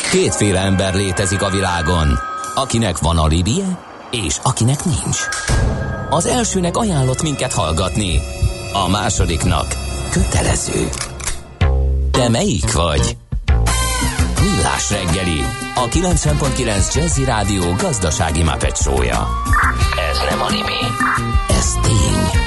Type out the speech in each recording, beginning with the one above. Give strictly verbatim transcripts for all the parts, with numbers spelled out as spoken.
Kétféle ember létezik a világon, akinek van alibije, és akinek nincs. Az elsőnek ajánlott minket hallgatni, a másodiknak kötelező. Te melyik vagy? Millás reggeli, a kilencven pont kilenc Jazzy Rádió gazdasági Muppet show-ja. Ez nem anime, ez tény.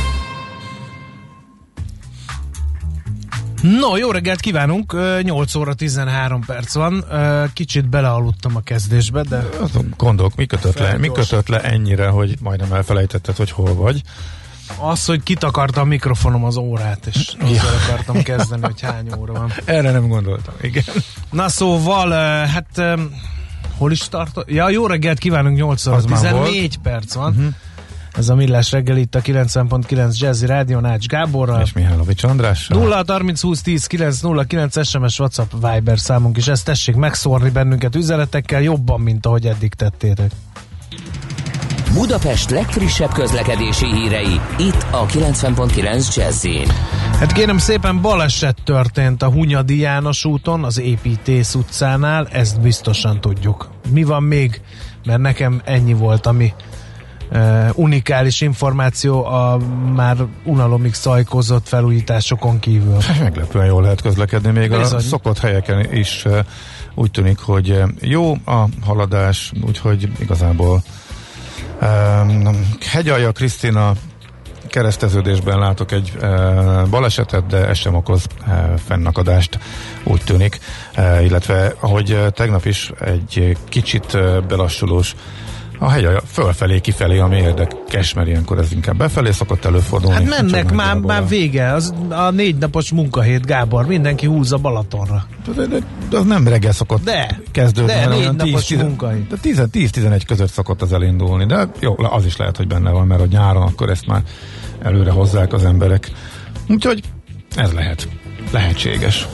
No, jó reggelt kívánunk, nyolc óra tizenhárom perc van, kicsit belealudtam a kezdésbe, de... Gondolok, mi kötött, le, mi kötött le ennyire, hogy majdnem elfelejtetted, hogy hol vagy? Az, hogy kitakarta a mikrofonom az órát, és azzal ja. akartam kezdeni, hogy hány óra van. Erre nem gondoltam, igen. Na szóval, hát hol is tartott? Ja, jó reggelt kívánunk, nyolc óra tizennégy perc van. Uh-huh. Ez a Millás reggel itt a kilencven pont kilenc Jazzy Rádió Ács Gáborral. És Mihálovics Andrással. nulla harminc húsz tíz kilenc nulla kilenc es em es, WhatsApp, Viber számunk is. Ezt tessék megszórni bennünket üzenetekkel jobban, mint ahogy eddig tettétek. Budapest legfrissebb közlekedési hírei, itt a kilencven pont kilenc Jazzyn. Hát kérem szépen, baleset történt a Hunyadi János úton, az Építész utcánál, ezt biztosan tudjuk. Mi van még? Mert nekem ennyi volt, ami uh, unikális információ a már unalomig szajkozott felújításokon kívül. Meglepően jól lehet közlekedni, még Bizony. A szokott helyeken is uh, úgy tűnik, hogy jó a haladás, úgyhogy igazából Um, Hegyalja Krisztina kereszteződésben látok egy uh, balesetet, de ez sem okoz uh, fennakadást, úgy tűnik, uh, illetve ahogy uh, tegnap is egy kicsit uh, belassulós a Hegyalja fölfelé, kifelé, ami érdekes, mert ilyenkor ez inkább befelé szokott előfordulni. Hát mennek, már, már vége, az a négy napos munkahét, Gábor, mindenki húz a Balatonra. De, de, de az nem reggel szokott de, kezdődni. De, négy napos munkahét. tíz-tizenegy között szokott az elindulni, de jó, az is lehet, hogy benne van, mert a nyáron akkor ezt már előre hozzák az emberek. Úgyhogy ez lehet. Lehetséges.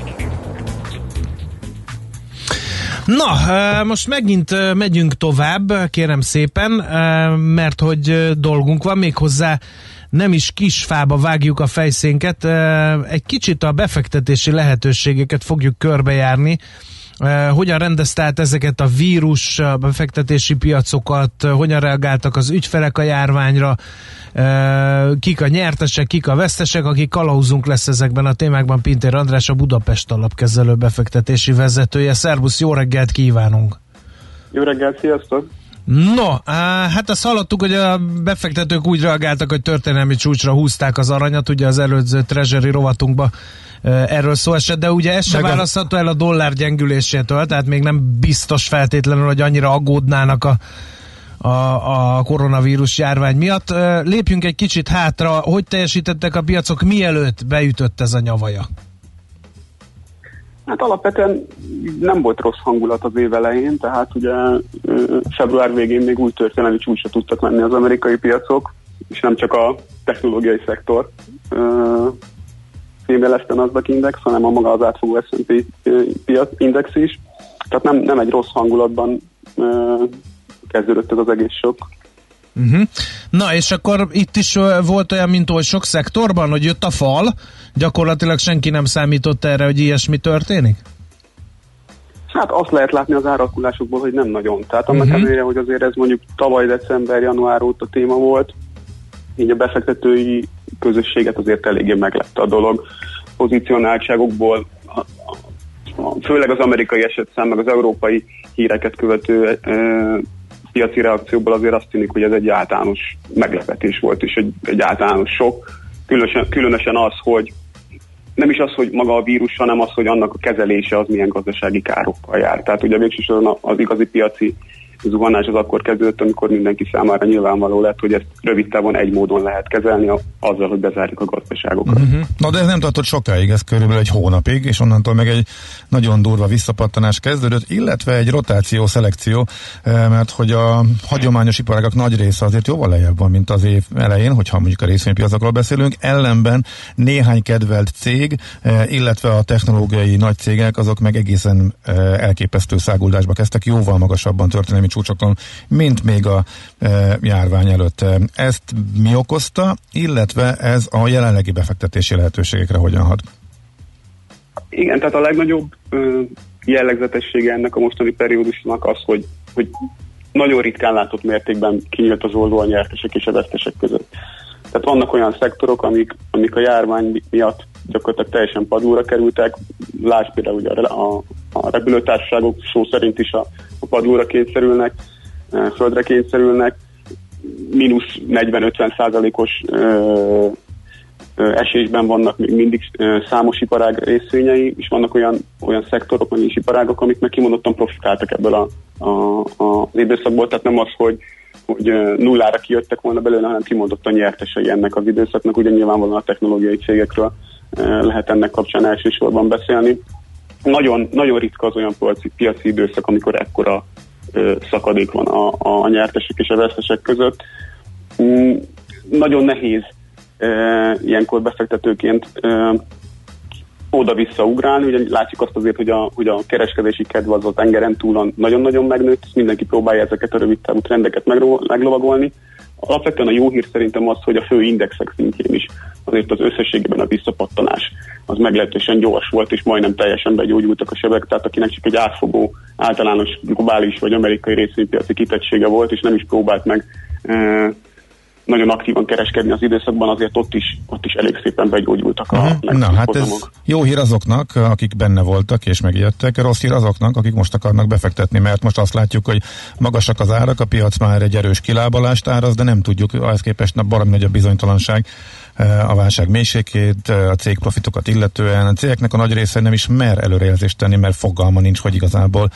Na, most megint megyünk tovább, kérem szépen, mert hogy dolgunk van, méghozzá nem is kisfába vágjuk a fejszénket, egy kicsit a befektetési lehetőségeket fogjuk körbejárni, hogyan rendezte át ezeket a vírus a befektetési piacokat, hogyan reagáltak az ügyfelek a járványra, kik a nyertesek, kik a vesztesek, akik kalauzunk lesz ezekben a témákban. Pintér András, a Budapest Alapkezelő befektetési vezetője. Szervusz, jó reggelt kívánunk! Jó reggelt, sziasztok! No, hát azt hallottuk, hogy a befektetők úgy reagáltak, hogy történelmi csúcsra húzták az aranyat, ugye az előző Treasury rovatunkba erről szó esett, de ugye ez sem választható el a dollár gyengülésétől, tehát még nem biztos feltétlenül, hogy annyira aggódnának a, a, a koronavírus járvány miatt. Lépjünk egy kicsit hátra, hogy teljesítettek a piacok, mielőtt beütött ez a nyavaja? Hát alapvetően nem volt rossz hangulat az év elején, tehát ugye február végén még új történelmi csúcsra tudtak menni az amerikai piacok, és nem csak a technológiai szektor fémjelezte Nasdaq Index, hanem a maga az átfogó es and pé piac index is. Tehát nem, nem egy rossz hangulatban kezdődött ez az egész sok. Uh-huh. Na és akkor itt is volt olyan, mint oly sok szektorban, hogy jött a fal, gyakorlatilag senki nem számított erre, hogy ilyesmi történik? Hát azt lehet látni az árakulásokból, hogy nem nagyon. Tehát annak uh-huh. ellenére, hogy azért ez mondjuk tavaly december-január óta téma volt, így a befektetői közösséget azért eléggé meglepte a dolog. Pozícionáltságokból, főleg az amerikai esetszám, meg az európai híreket követő e, piaci reakcióból azért azt tűnik, hogy ez egy általános meglepetés volt, és egy, egy általános sok. Különösen, különösen az, hogy nem is az, hogy maga a vírus, hanem az, hogy annak a kezelése az milyen gazdasági károkkal jár. Tehát ugye végsősorban az igazi piaci zuhanás az akkor kezdődött, amikor mindenki számára nyilvánvaló lett, hogy ezt rövid távon egy módon lehet kezelni, azzal, hogy bezárjuk a gazdaságokat. Uh-huh. Na de ez nem tartott sokáig, ez körülbelül egy hónapig, és onnantól meg egy nagyon durva visszapattanás kezdődött, illetve egy rotáció, szelekció, mert hogy a hagyományos iparágak nagy része azért jóval lejjebb van, mint az év elején, hogyha mondjuk a részvénypiacokról beszélünk, ellenben néhány kedvelt cég, illetve a technológiai nagy cégek, azok meg egészen elképesztő száguldásba kezdtek, jóval magasabban történelmi csúcsokon, mint még a e, járvány előtt. Ezt mi okozta, illetve ez a jelenlegi befektetési lehetőségekre hogyan hat? Igen, tehát a legnagyobb ö, jellegzetessége ennek a mostani periódusnak az, hogy, hogy nagyon ritkán látott mértékben kinyílt az oldó a nyertesek és a vesztesek között. Tehát vannak olyan szektorok, amik, amik a járvány miatt gyakorlatilag teljesen padlóra kerültek. Lásd például ugye a, a, a repülőtársaságok szó szerint is a, a padlóra kényszerülnek, földre kényszerülnek, mínusz negyven-ötven százalékos ö, ö, esésben vannak még mindig ö, számos iparág részvényei, és vannak olyan, olyan szektorok, olyan is iparágok, amik meg kimondottan profitáltak ebből a, a, a, az időszakból, tehát nem az, hogy, hogy nullára kijöttek volna belőle, hanem kimondottan nyertesei ennek az időszaknak. Ugye nyilvánvalóan a technológiai cégekről ö, lehet ennek kapcsán elsősorban beszélni. Nagyon, nagyon ritka az olyan piaci, piaci időszak, amikor ekkora szakadék van a, a nyertesek és a vesztesek között. Mm, nagyon nehéz e, ilyenkor befektetőként e, oda-vissza ugrálni, ugye látjuk azt azért, hogy a, hogy a kereskedési kedv az a tengeren túlon nagyon-nagyon megnőtt, mindenki próbálja ezeket a rövid távú trendeket meglovagolni. Alapvetően a jó hír szerintem az, hogy a fő indexek szintjén is azért az összességében a visszapattanás az meglehetősen gyors volt, és majdnem teljesen begyógyultak a sebek, tehát akinek csak egy átfogó, általános, globális vagy amerikai részvénypiaci kitettsége volt, és nem is próbált meg e, nagyon aktívan kereskedni az időszakban, azért ott is, ott is elég szépen begyógyultak a uh-huh. Na hát ez jó hír azoknak, akik benne voltak és megijedtek, rossz hír azoknak, akik most akarnak befektetni, mert most azt látjuk, hogy magasak az árak, a piac már egy erős kilábalást áraz, de nem tudjuk, ahhoz képest baromi nagy a bizonytalanság a válság mélységét, a cég profitokat illetően. A cégeknek a nagy része nem is mer előrejelzést tenni, mert fogalma nincs, hogy igazából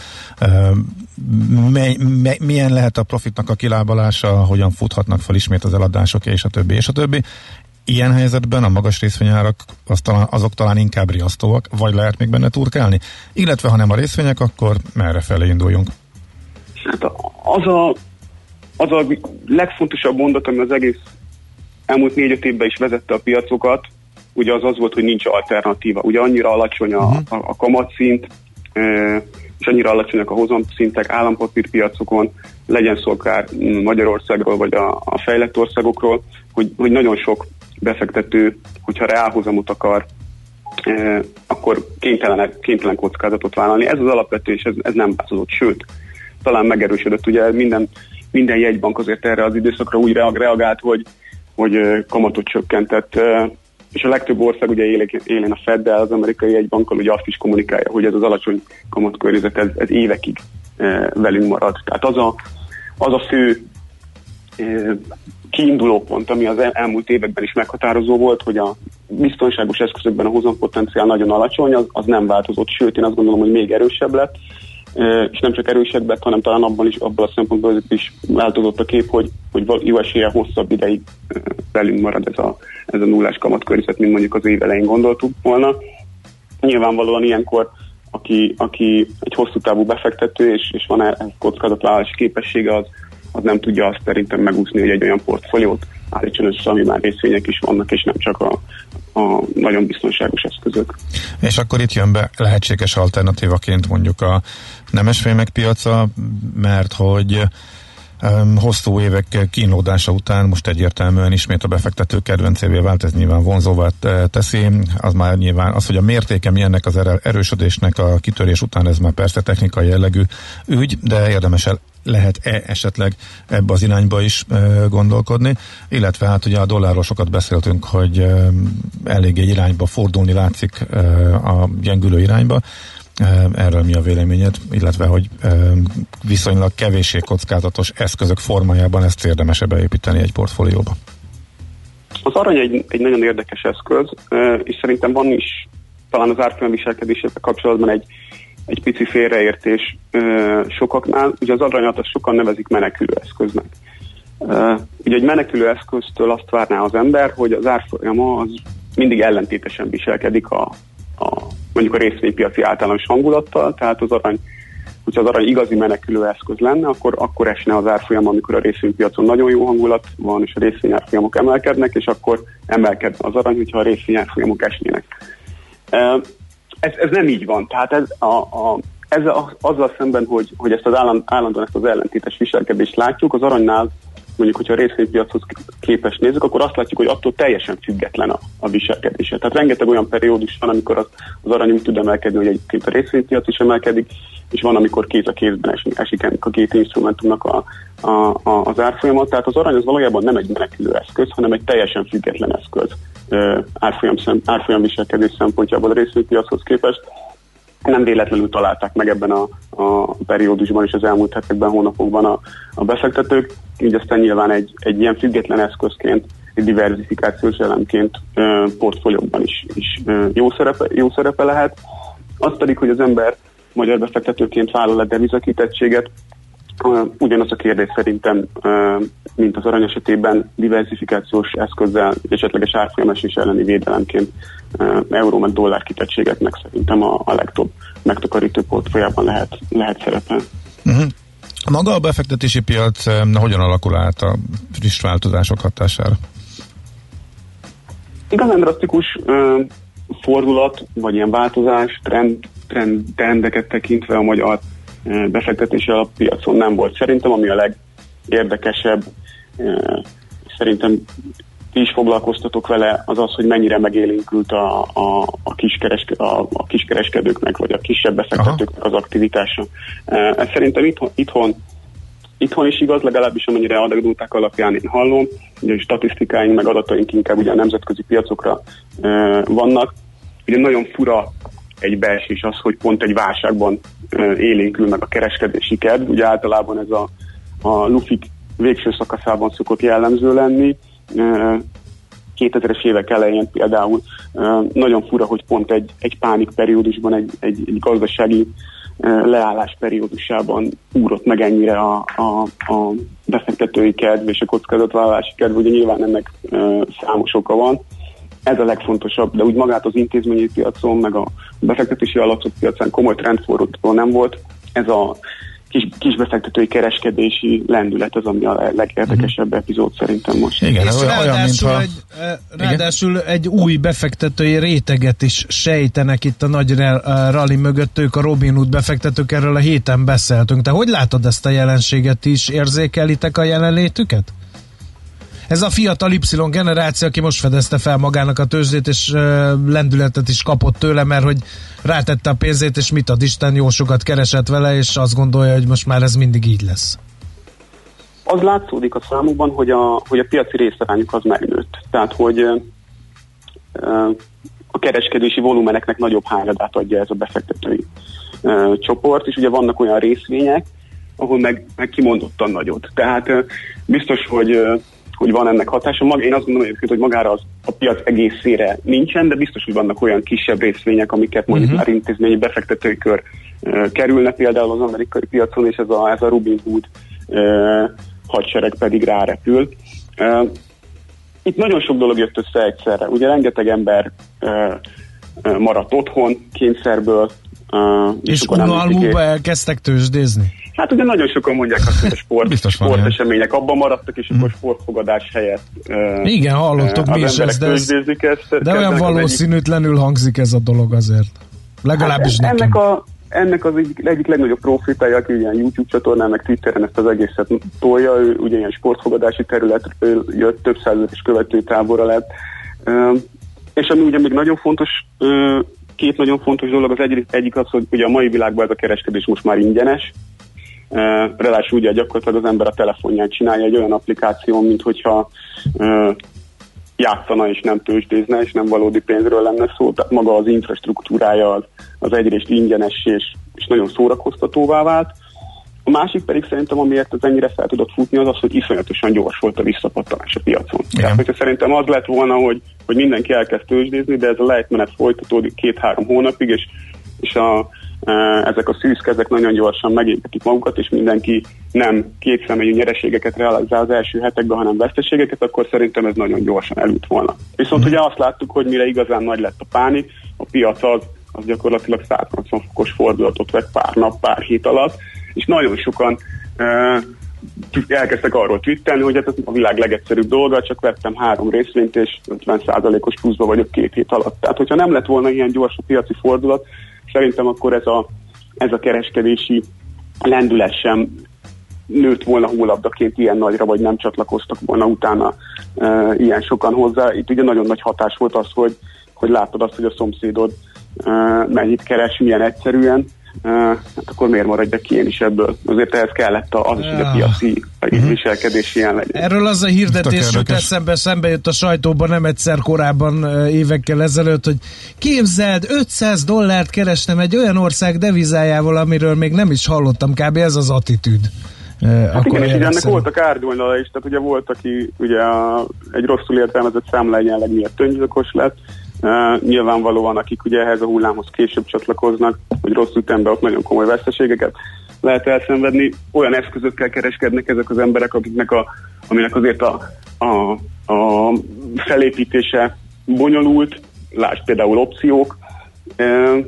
mely, mely, milyen lehet a profitnak a kilábalása, hogyan futhatnak fel ismét az eladások, és a többi, és a többi. Ilyen helyzetben a magas részvényárak az talán, azok talán inkább riasztóak, vagy lehet még benne turkálni? Illetve ha nem a részvények, akkor merre felé induljunk? Hát az a, az a legfontosabb mondat, ami az egész elmúlt négy-öt évben is vezette a piacokat, ugye az az volt, hogy nincs alternatíva. Ugye annyira alacsony a, a, a kamatszint, e, és annyira alacsonyak a hozamszintek állampapírpiacokon, legyen szó akár Magyarországról, vagy a, a fejlett országokról, hogy, hogy nagyon sok befektető, hogyha reálhozamot akar, e, akkor kénytelen, kénytelen kockázatot vállalni. Ez az alapvető, és ez, ez nem változott, sőt, talán megerősödött. Ugye minden, minden jegybank azért erre az időszakra úgy reagált, hogy hogy kamatot csökkentett, és a legtöbb ország ugye élén a Feddel, az amerikai jegybankkal ugye azt is kommunikálja, hogy ez az alacsony kamatkörnyezet, ez, ez évekig velünk marad. Tehát az a, az a fő kiinduló pont, ami az elmúlt években is meghatározó volt, hogy a biztonságos eszközökben a hozampotenciál nagyon alacsony, az, az nem változott, sőt én azt gondolom, hogy még erősebb lett, és nem csak erősebb lett, hanem talán abban is, abban a szempontból is változott a kép, hogy, hogy jó eséllyel hosszabb ideig velünk marad ez a, ez a nullás kamatkörnyezet, mint mondjuk az év elején gondoltuk volna. Nyilvánvalóan ilyenkor, aki, aki egy hosszú távú befektető, és, és van ehhez kockázatvállalási képessége, az, az nem tudja azt szerintem megúszni, hogy egy olyan portfóliót állítson össze, ami már részvények is vannak, és nem csak a, a nagyon biztonságos eszközök. És akkor itt jön be lehetséges alternatívaként mondjuk a nemesfémek piaca, mert hogy um, hosszú évek kínlódása után most egyértelműen ismét a befektető kedvencévé vált, ez nyilván vonzóvá teszi, az már nyilván az, hogy a mértéke milyennek az erősödésnek a kitörés után, ez már persze technikai jellegű ügy, de érdemes el lehet-e esetleg ebbe az irányba is e, gondolkodni, illetve hát ugye a dollárról sokat beszéltünk, hogy e, elég egy irányba fordulni látszik e, a gyengülő irányba. E, erről mi a véleményed, illetve hogy e, viszonylag kevéssé kockázatos eszközök formájában ezt érdemes-e beépíteni egy portfólióba? Az arany egy, egy nagyon érdekes eszköz, e, és szerintem van is talán az árfolyam viselkedésével kapcsolatban egy egy pici félreértés ö, sokaknál. Ugye az aranyat azt sokan nevezik menekülő eszköznek. Ö, ugye egy menekülő eszköztől azt várná az ember, hogy az árfolyama az mindig ellentétesen viselkedik a, a mondjuk a részvénypiaci általános hangulattal, tehát az arany, hogyha az arany igazi menekülő eszköz lenne, akkor, akkor esne az árfolyama, amikor a részvénypiacon nagyon jó hangulat van, és a részvényárfolyamok emelkednek, és akkor emelkedne az arany, hogyha a részvényárfolyamok esnének. Ö, Ez, ez nem így van. Tehát ez a, a, ezzel, azzal szemben, hogy, hogy ezt az állandóan ezt az ellentétes viselkedést látjuk, az aranynál mondjuk, hogyha a részvénypiachoz képest nézzük, akkor azt látjuk, hogy attól teljesen független a, a viselkedése. Tehát rengeteg olyan periódus van, amikor az, az arany úgy tud emelkedni, hogy egyébként a részvénypiac is emelkedik, és van, amikor kéz a kézben esik, esik ennek a két instrumentumnak a, a, a, az árfolyamat. Tehát az arany az valójában nem egy menekülő eszköz, hanem egy teljesen független eszköz árfolyam, szem, árfolyam viselkedés szempontjából a részvénypiachoz képest. Nem véletlenül találták meg ebben a, a periódusban és az elmúlt hetekben, hónapokban a, a befektetők, így aztán nyilván egy, egy ilyen független eszközként, egy diversifikációs elemként e, portfóliókban is, is e, jó, szerepe, jó szerepe lehet. Az pedig, hogy az ember magyar befektetőként vállal a devizakitettséget, e, ugyanaz a kérdés szerintem, e, mint az arany esetében, diversifikációs eszközzel, esetleges árfolyamesés elleni védelemként e, euró meg dollár kitettségeknek szerintem a, a legtöbb megtakarító portfóliában lehet, lehet szerepelni. Uh-huh. Maga a befektetési piac hogyan alakul át a friss változások hatására? Igazán drasztikus uh, fordulat, vagy ilyen változás, trend, trend, trendeket tekintve a magyar uh, befektetési alappiacon nem volt. Szerintem ami a legérdekesebb, uh, szerintem ti is foglalkoztatok vele, az az, hogy mennyire megélénkült a, a, a, kiskereske, a, a kiskereskedőknek, vagy a kisebb befektetőknek az aktivitása. Uh, ez szerintem itthon, itthon Itthon is igaz, legalábbis amennyire anekdóták alapján én hallom, ugye statisztikáink meg adataink inkább ugye a nemzetközi piacokra e, vannak. Ugye nagyon fura egy beesés az, hogy pont egy válságban e, élénkül meg a kereskedési kedv. Ugye általában ez a, a lufik végső szakaszában szokott jellemző lenni. E, kétezres évek elején például e, nagyon fura, hogy pont egy, egy pánik periódusban, egy, egy, egy gazdasági leállás periódusában úrott meg ennyire a, a, a befektetői kedv és a kockázatvállalási kedv, ugye nyilván ennek e, számos oka van. Ez a legfontosabb, de úgy magát az intézményi piacon, meg a befektetési alapok piacán komoly trendforduló nem volt. Ez a kis, kis befektetői kereskedési lendület az, ami a legérdekesebb epizód szerintem most. Igen, és olyan, ráadásul, olyan, egy, ráadásul egy új befektetői réteget is sejtenek itt a nagy rally mögött, ők a Robinhood befektetők, erről a héten beszéltünk. Te hogy látod ezt a jelenséget is? Érzékelitek a jelenlétüket? Ez a fiatal Y generáció, aki most fedezte fel magának a tőzsdét, és uh, lendületet is kapott tőle, mert hogy rátette a pénzét, és mit ad Isten, jó sokat keresett vele, és azt gondolja, hogy most már ez mindig így lesz. Az látszódik a számukban, hogy a, hogy a piaci részarányuk az megnőtt. Tehát, hogy uh, a kereskedési volumeneknek nagyobb hányadát adja ez a befektetői uh, csoport, és ugye vannak olyan részvények, ahol meg, meg kimondottan nagyot. Tehát uh, biztos, hogy uh, hogy van ennek hatása. Mag, én azt gondolom, hogy magára az, a piac egészére nincsen, de biztos, hogy vannak olyan kisebb részvények, amiket mondjuk uh-huh. már intézményi befektetői kör uh, kerülne, például az amerikai piacon, és ez a, ez a Robinhood uh, hadsereg pedig rárepül. Uh, itt nagyon sok dolog jött össze egyszerre. Ugye rengeteg ember uh, uh, maradt otthon, kényszerből. Uh, és unalmúba elkezdtek tőzsdézni? Hát ugye nagyon sokan mondják azt, hogy a sport, sportesemények abban maradtak, és akkor sportfogadás helyett uh, igen, hallottok mi is ezt, de, ez, ezt, de olyan valószínűtlenül egyik... hangzik ez a dolog azért. Legalábbis hát, ennek, a, ennek az egyik, egyik legnagyobb profitája, aki ilyen YouTube csatornán, meg Twitteren ezt az egészet tolja, ő ugye ilyen sportfogadási területről jött, több százezeres követőtábora lett. Uh, és ami ugye még nagyon fontos, uh, két nagyon fontos dolog, az egyik, egyik az, hogy ugye a mai világban ez a kereskedés most már ingyenes. Uh, ráadásul ugye gyakorlatilag az ember a telefonján csinálja egy olyan applikáción, mint hogyha uh, játszana és nem tőzsdézne, és nem valódi pénzről lenne szó, tehát maga az infrastruktúrája az, az egyrészt ingyenes és, és nagyon szórakoztatóvá vált. A másik pedig szerintem, amiért ez ennyire fel tudott futni, az az, hogy iszonyatosan gyors volt a visszapattanás a piacon. Igen. Tehát, hogyha szerintem az lett volna, hogy, hogy mindenki elkezd tőzsdézni, de ez a lejtmenet folytatódik két-három hónapig, és, és a ezek a szűzkezek nagyon gyorsan megégetik magukat, és mindenki nem kétszemélyű nyereségeket realizál az első hetekben, hanem veszteségeket, akkor szerintem ez nagyon gyorsan elült volna. Viszont ugye azt láttuk, hogy mire igazán nagy lett a pánik, a piac az, az gyakorlatilag száz nyolcvan fokos fordulatot vett pár nap, pár hét alatt, és nagyon sokan uh, elkezdtek arról twittelni, hogy hát ez a világ legegyszerűbb dolga, csak vettem három részvényt, és ötven százalékos pluszba vagyok két hét alatt. Tehát, hogyha nem lett volna ilyen gyors a piaci fordulat, szerintem akkor ez a, ez a kereskedési lendület sem nőtt volna hólabdaként ilyen nagyra, vagy nem csatlakoztak volna utána e, ilyen sokan hozzá. Itt ugye nagyon nagy hatás volt az, hogy, hogy láttad azt, hogy a szomszédod e, mennyit keres, milyen egyszerűen, e, hát akkor miért maradjak ki én is ebből? Azért ehhez kellett az is, hogy a piaci uh-huh. viselkedés ilyen legyen. Erről az a hirdetés jut eszembe, szembe jött a sajtóban nem egyszer korábban évekkel ezelőtt, hogy képzeld, ötszáz dollárt kerestem egy olyan ország devizájával, amiről még nem is hallottam, kb. Ez az attitűd. Hát igen, és ennek voltak árnyoldala is, tehát ugye volt, aki ugye a, egy rosszul értelmezett számla egyenleg miatt öngyilkos lett, uh, nyilvánvalóan akik ugye ehhez a hullámhoz később csatlakoznak, hogy rossz ütemben ott nagyon komoly veszteségeket lehet elszenvedni, olyan eszközökkel kereskednek ezek az emberek, akiknek a, aminek azért a, a, a felépítése bonyolult, lásd például opciók. Uh,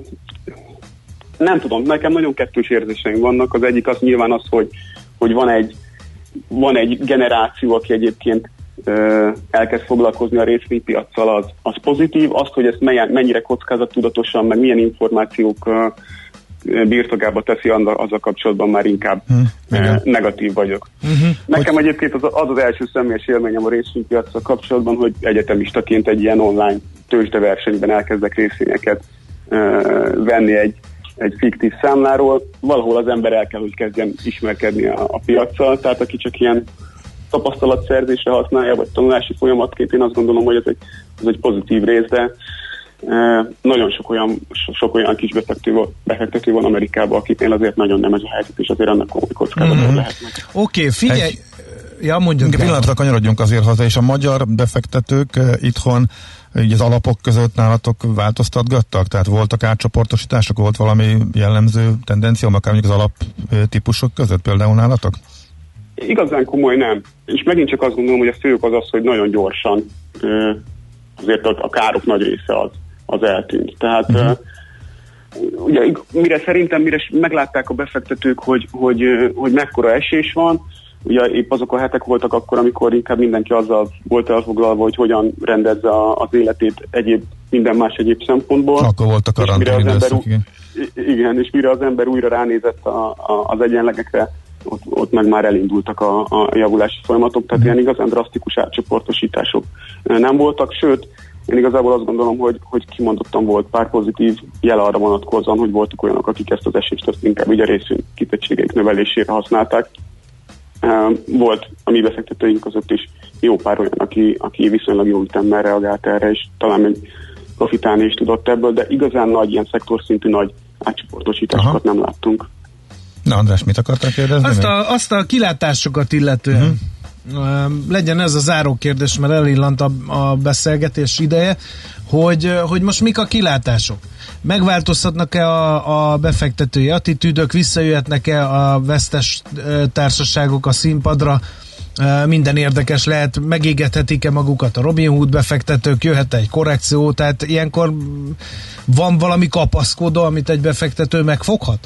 nem tudom, nekem nagyon kettős érzéseim vannak, az egyik az nyilván az, hogy hogy van egy, van egy generáció, aki egyébként ö, elkezd foglalkozni a részvénypiaccal, az, az pozitív. Azt, hogy ezt melyen, mennyire kockázattudatosan, meg milyen információk ö, birtokába teszi, azzal kapcsolatban már inkább hmm, ö, negatív vagyok. Uh-huh. Nekem hogy... egyébként az, az az első személyes élményem a részvénypiacsal kapcsolatban, hogy egyetemistaként egy ilyen online tőzsdeversenyben elkezdek részvényeket ö, venni egy egy fiktív számláról, valahol az ember el kell, hogy kezdjen ismerkedni a, a piaccal, tehát aki csak ilyen tapasztalatszerzésre használja, vagy tanulási folyamatként, én azt gondolom, hogy ez egy, ez egy pozitív rész, de e, nagyon sok olyan, so, sok olyan kis befektető, befektető van Amerikában, akiknél azért nagyon nem ez a helyzet, és azért annak komoly kockázatok mm-hmm. lehetnek. Oké, okay, figyelj! Egy... Ja, mondjuk. Pillanatra kanyarodjunk azért haza, és a magyar befektetők uh, itthon így az alapok között nálatok változtatgattak? Tehát voltak átcsoportosítások, volt valami jellemző tendencia, akár mondjuk az alaptípusok között például nálatok? Igazán komoly nem. És megint csak azt gondolom, hogy a fő az az, hogy nagyon gyorsan uh, azért a, a károk nagy része az, az eltűnt. Tehát uh-huh. uh, ugye, mire szerintem, mire meglátták a befektetők, hogy, hogy, uh, hogy mekkora esés van, ugye épp azok a hetek voltak akkor, amikor inkább mindenki azzal volt elfoglalva, hogy hogyan rendezze a, az életét egyéb, minden más egyéb szempontból. Akkor volt a karantén időszak, igen. Igen, és mire az ember újra ránézett a, a, az egyenlegekre, ott, ott meg már elindultak a, a javulási folyamatok, tehát mm. ilyen igazán drasztikus átcsoportosítások nem voltak, sőt, én igazából azt gondolom, hogy, hogy kimondottan volt pár pozitív jel arra vonatkozóan, hogy voltak olyanok, akik ezt az esést azt inkább ugye részvény kitettségeik növelésére használták. Volt a mi befektetőink között is jó pár olyan, aki, aki viszonylag jó ütemmel reagált erre, és talán még profitálni is tudott ebből, de igazán nagy, ilyen szektorszintű nagy átcsoportosításokat nem láttunk. Na András, mit akartál kérdezni? Azt a, azt a kilátásokat illetően uh-huh. legyen ez a záró kérdés, mert elillant a, a beszélgetés ideje, hogy, hogy most mik a kilátások? Megváltoztatnak-e a, a befektetői attitűdök, visszajöhetnek-e a vesztes társaságok a színpadra, minden érdekes lehet, megégethetik-e magukat a Robin Hood befektetők, jöhet egy korrekció, tehát ilyenkor van valami kapaszkodó, amit egy befektető megfoghat?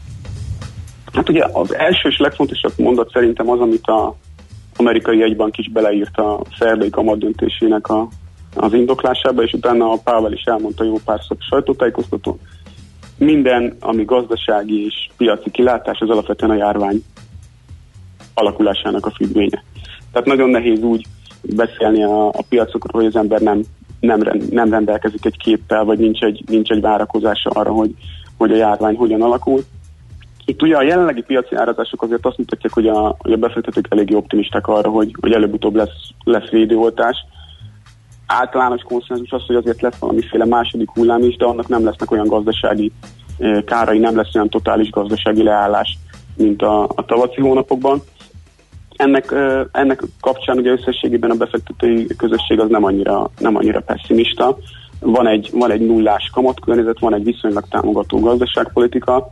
Hát ugye az első és legfontosabb mondat szerintem az, amit az amerikai jegybank is beleírt a szerdai kamat döntésének a az indoklásába, és utána a Powell is elmondta jó párszor sajtótájékoztatón. Minden, ami gazdasági és piaci kilátás, az alapvetően a járvány alakulásának a függvénye. Tehát nagyon nehéz úgy beszélni a, a piacokról, hogy az ember nem, nem, nem rendelkezik egy képpel, vagy nincs egy, nincs egy várakozása arra, hogy, hogy a járvány hogyan alakul. Itt ugye a jelenlegi piaci árazások azért azt mutatják, hogy a, hogy a befektetők eléggé optimisták arra, hogy, hogy előbb-utóbb lesz, lesz védőoltás. Általános konszenzus az, hogy azért lesz valamiféle második hullám is, de annak nem lesznek olyan gazdasági kárai, nem lesz olyan totális gazdasági leállás, mint a, a tavaszi hónapokban. Ennek, ennek kapcsán ugye összességében a befektetői közösség az nem annyira, nem annyira pessimista. Van egy, van egy nullás kamatkörnyezet, van egy viszonylag támogató gazdaságpolitika,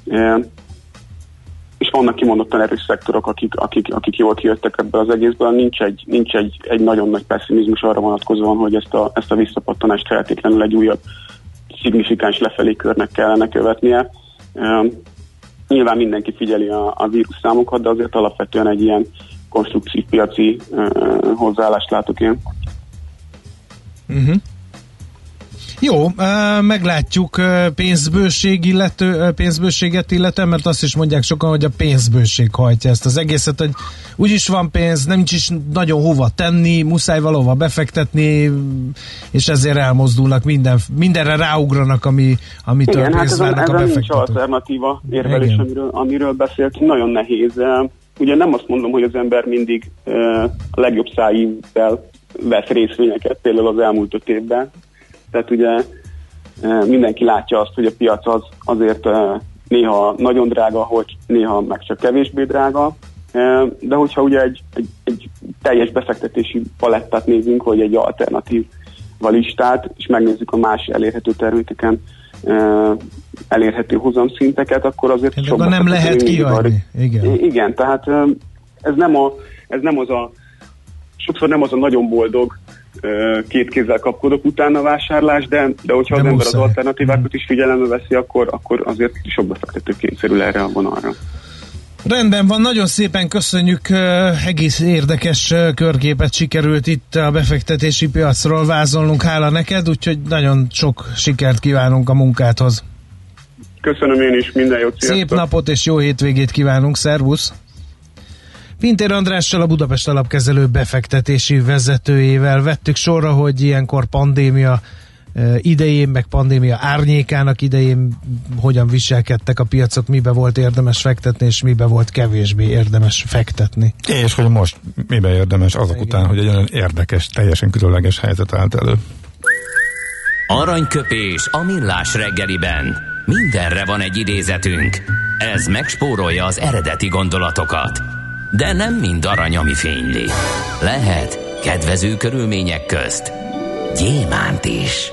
és vannak kimondottan erős szektorok, akik, akik, akik jól kijöttek ebből az egészből. Nincs egy, nincs egy, egy nagyon nagy pessimizmus arra vonatkozóan, hogy ezt a, ezt a visszapattanást feltétlenül egy újabb szignifikáns lefelé körnek kellene követnie. Uh, nyilván mindenki figyeli a, a vírus számokat, de azért alapvetően egy ilyen konstruktív piaci uh, hozzáállást látok én. Uh-huh. Jó, meglátjuk pénzbőség illető, pénzbőséget illetően, mert azt is mondják sokan, hogy a pénzbőség hajtja ezt az egészet, hogy úgyis van pénz, nem is nagyon hova tenni, muszáj valahova befektetni, és ezért elmozdulnak, minden, mindenre ráugranak, ami, amitől igen, pénzt hát várnak a befektetők. befektetők. Nincs alternatíva érvelés, amiről, amiről beszéltünk, nagyon nehéz. Ugye nem azt mondom, hogy az ember mindig a legjobb szájívvel vesz részvényeket, például az elmúlt öt évben. Tehát ugye mindenki látja azt, hogy a piac az azért néha nagyon drága, hogy néha meg csak kevésbé drága, de hogyha ugye egy, egy, egy teljes befektetési palettát nézünk, vagy egy alternatív listát, és megnézzük a más elérhető termékeken elérhető hozamszinteket, akkor azért sok nem lehet kiadni. Igen. Igen, tehát ez nem, a, ez nem az a sokszor nem az a nagyon boldog két kézzel kapkodok utána vásárlás, de, de hogyha de az ember az alternatívákat is figyelembe veszi, akkor, akkor azért sok befektető kényszerül erre a vonalra. Rendben van, nagyon szépen köszönjük, egész érdekes körképet sikerült itt a befektetési piacról vázolnunk, hála neked, úgyhogy nagyon sok sikert kívánunk a munkádhoz. Köszönöm én is, minden jót, sziasztok. Szép napot és jó hétvégét kívánunk, szervusz! Pintér Andrással, a Budapest Alapkezelő befektetési vezetőjével vettük sorra, hogy ilyenkor pandémia idején, meg pandémia árnyékának idején hogyan viselkedtek a piacok, mibe volt érdemes fektetni, és mibe volt kevésbé érdemes fektetni. És hogy most mibe érdemes azok igen. után, hogy egy olyan érdekes, teljesen különleges helyzet állt elő. Aranyköpés a millás reggeliben. Mindenre van egy idézetünk. Ez megspórolja az eredeti gondolatokat. De nem mind arany, ami fényli. Lehet kedvező körülmények közt gyémánt is.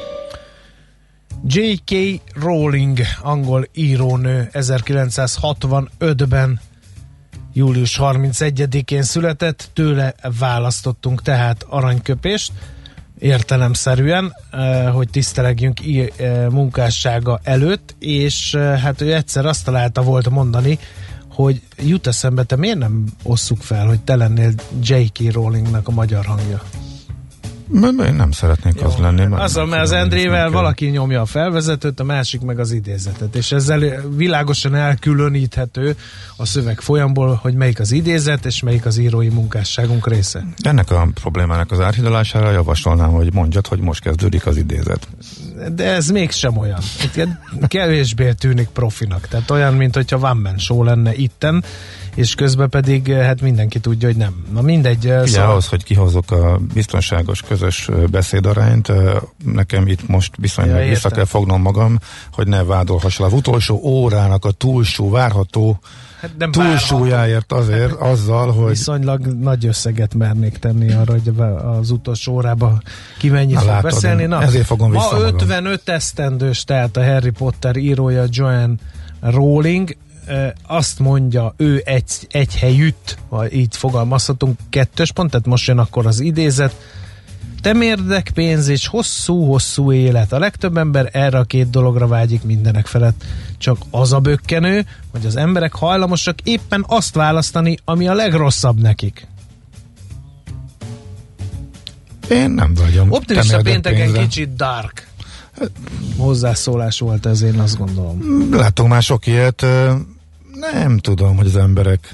jé ká. Rowling, angol írónő, ezerkilencszázhatvanötben július harmincegyedikén született, tőle választottunk tehát aranyköpést, értelemszerűen, hogy tisztelegjünk munkássága előtt, és hát ő egyszer azt találta volt mondani, hogy jut eszembe, te miért nem osszuk fel, hogy te lennél jé ká. Rowlingnak a magyar hangja? Mert én nem szeretnék jó, az lenni. Azzal, mert az Endrével valaki nyomja a felvezetőt, a másik meg az idézetet, és ezzel világosan elkülöníthető a szöveg folyamból, hogy melyik az idézet, és melyik az írói munkásságunk része. Ennek a problémának az áthidalására javasolnám, hogy mondjad, hogy most kezdődik az idézet. De ez mégsem olyan. Kevésbé tűnik profinak. Tehát olyan, mint hogyha One Man Show lenne itten, és közben pedig hát mindenki tudja, hogy nem. Na mindegy. Ugye szóval... ahhoz, hogy kihozzuk a biztonságos közös beszédarányt, nekem itt most viszonylag ja, vissza kell fognom magam, hogy ne vádolhassal az utolsó órának a túlsó, várható hát túlsúlyáért azért azzal, hogy... Viszonylag nagy összeget mernék tenni arra, hogy az utolsó órában ki mennyit fog látod, beszélni. Na, ezért fogom vissza ma ötvenöt esztendős, tehát a Harry Potter írója Joanne Rowling, azt mondja, ő egy, egy helyütt, vagy így fogalmazhatunk, kettős pont, tehát most jön akkor az idézet: temérdek, pénz és hosszú-hosszú élet. A legtöbb ember erre a két dologra vágyik mindenek felett. Csak az a bökkenő, hogy az emberek hajlamosak éppen azt választani, ami a legrosszabb nekik. Én nem vagyom. Optimista pénteken kicsit dark hozzászólás volt ez, én azt gondolom. Látunk már sok ilyet. Nem tudom, hogy az emberek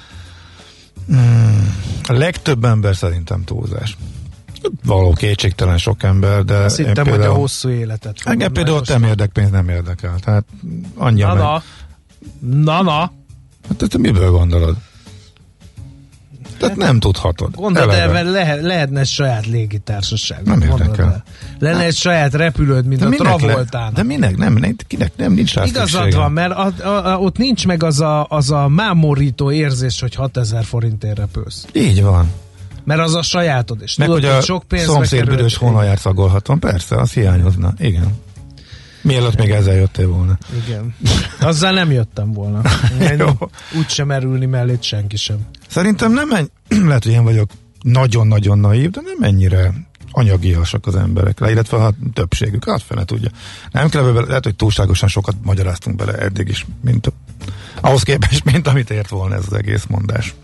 hmm, a legtöbb ember szerintem túlzás. Való kétségtelen sok ember, de azt hittem, például, hogy a hosszú életet. Engem például a temérdek pénz nem érdekel. Tehát annyi na, na. na, na. Hát ezt miből gondolod? Tehát nem tudhatod. Gondolod, de lehet, lehetne egy saját légitársaság. Nem érdekel. Lenne nem. egy saját repülőd, mint de a Travoltának. De minek? Nem, nem, kinek nem, nincs rá igazad szüksége. Van, mert a, a, a, ott nincs meg az a, az a mámorító érzés, hogy hatezer forintért repülsz. Így van. Mert az a sajátod, és meg tudod, hogy hogy sok pénzbe szomszéd büdös honlaját szagolhatom, persze, az hiányozna. Igen. Mielőtt még ezzel jöttél volna. Igen. Azzal nem jöttem volna. Úgy sem erülni mellét senki sem. Szerintem nem menj, lehet, hogy én vagyok nagyon-nagyon naív, de nem ennyire anyagiasak az emberek, illetve a többségük, hát fene tudja. Nem kell bele, lehet, hogy túlságosan sokat magyaráztunk bele eddig is, mint ahhoz képest, mint amit ért volna ez az egész mondás.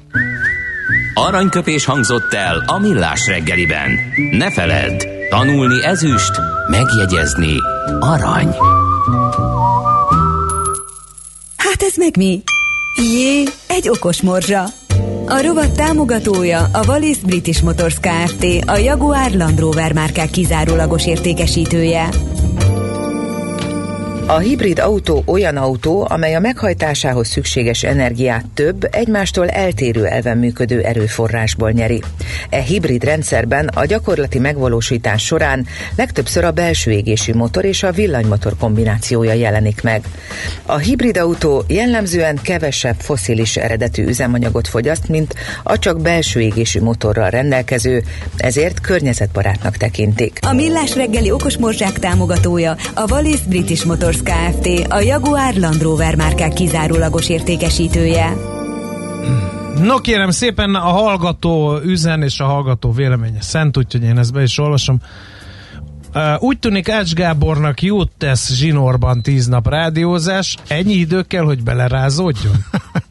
Aranyköpés hangzott el a millás reggeliben. Ne feledd, tanulni ezüst, Megjegyezni arany. Hát ez meg mi? Jé, egy okos morzsa. A rovat támogatója a Wallis British Motors Kft., a Jaguar Land Rover márkák kizárólagos értékesítője. A hibrid autó olyan autó, amely a meghajtásához szükséges energiát több, egymástól eltérő elven működő erőforrásból nyeri. E hibrid rendszerben a gyakorlati megvalósítás során legtöbbször a belső égésű motor és a villanymotor kombinációja jelenik meg. A hibrid autó jellemzően kevesebb fosszilis eredetű üzemanyagot fogyaszt, mint a csak belső égésű motorral rendelkező, ezért környezetbarátnak tekintik. A Millás reggeli okos morzsák támogatója a Wallis British Motors Kft., a Jaguar Land Rover márkák kizárólagos értékesítője. No kérem szépen, a hallgató üzen és a hallgató véleménye szent, úgyhogy én ezt be is olvasom. Uh, úgy tűnik Ács Gábornak jót tesz zsinórban tíz nap rádiózás. Ennyi idő kell, hogy belerázódjon?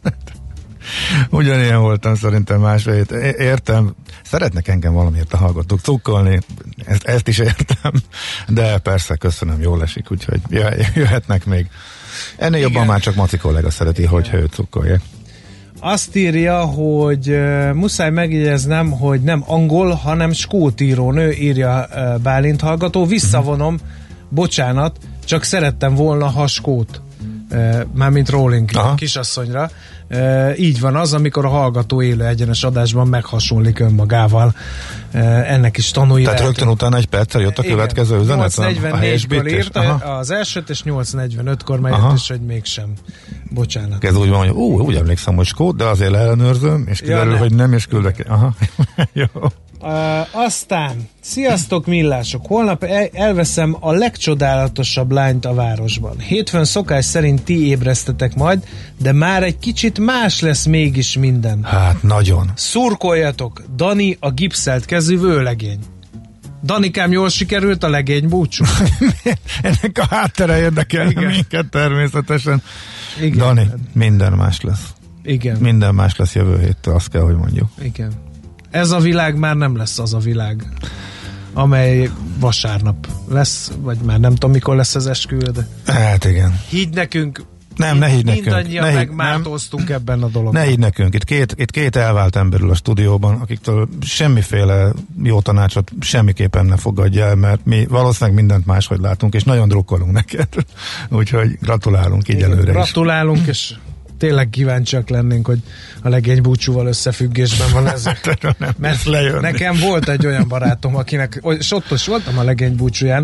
Ugyanilyen voltam szerintem másfél. Értem, szeretnek engem valamiért a hallgatók cukkolni, ezt, ezt is értem, de persze köszönöm, jól esik, úgyhogy jöhetnek még. Ennél jobban már csak Maci kollega szereti, igen, hogyha őt cukkolják. Azt írja, hogy uh, muszáj megjegyeznem, hogy nem angol, hanem skót írónő, írja uh, Bálint hallgató. Visszavonom, bocsánat, csak szerettem volna, ha skót. Uh, mármint Rowling kisasszonyra. Uh, így van az, amikor a hallgató élő egyenes adásban meghasonlik önmagával. Uh, ennek is tanulja. Tehát rögtön utána egy perccel jött a következő üzenet? nyolc negyvennégykor írta az elsőt, és nyolc negyvenötkor megjött is, hogy mégsem. Bocsánat. Ez úgy van, hogy ú, úgy emlékszem, hogy skót, de azért ellenőrzöm, és kiderül, ja, hogy nem, és küldök. Aha. Jó. Uh, aztán, sziasztok millások, holnap el- elveszem a legcsodálatosabb lányt a városban. Hétfőn szokás szerint ti ébresztetek majd, de már egy kicsit más lesz mégis minden. Hát nagyon. Szurkoljatok, Dani a gipszelt kezű vőlegény. Danikám, jól sikerült a legény búcsú? Ennek a háttere érdekel minket természetesen. Igen. Dani, minden más lesz. Igen. Minden más lesz jövő héttől, azt kell, hogy mondjuk. Igen. Ez a világ már nem lesz az a világ, amely vasárnap lesz, vagy már nem tudom, mikor lesz az esküvő, de... Hát igen. Higgy nekünk, nem, ne higgy nekünk. Mindannyian megmártóztunk ebben a dologban. Ne higgy nekünk. Itt két, itt két elvált emberül a stúdióban, akiktől semmiféle jó tanácsot semmiképpen ne fogadja el, mert mi valószínűleg mindent máshogy látunk, és nagyon drukkolunk neked. Úgyhogy gratulálunk így igen, előre gratulálunk, is. És tényleg kíváncsiak lennénk, hogy a legény búcsúval összefüggésben van ez. Mert nekem volt egy olyan barátom, akinek, és ott is voltam a legény búcsúján,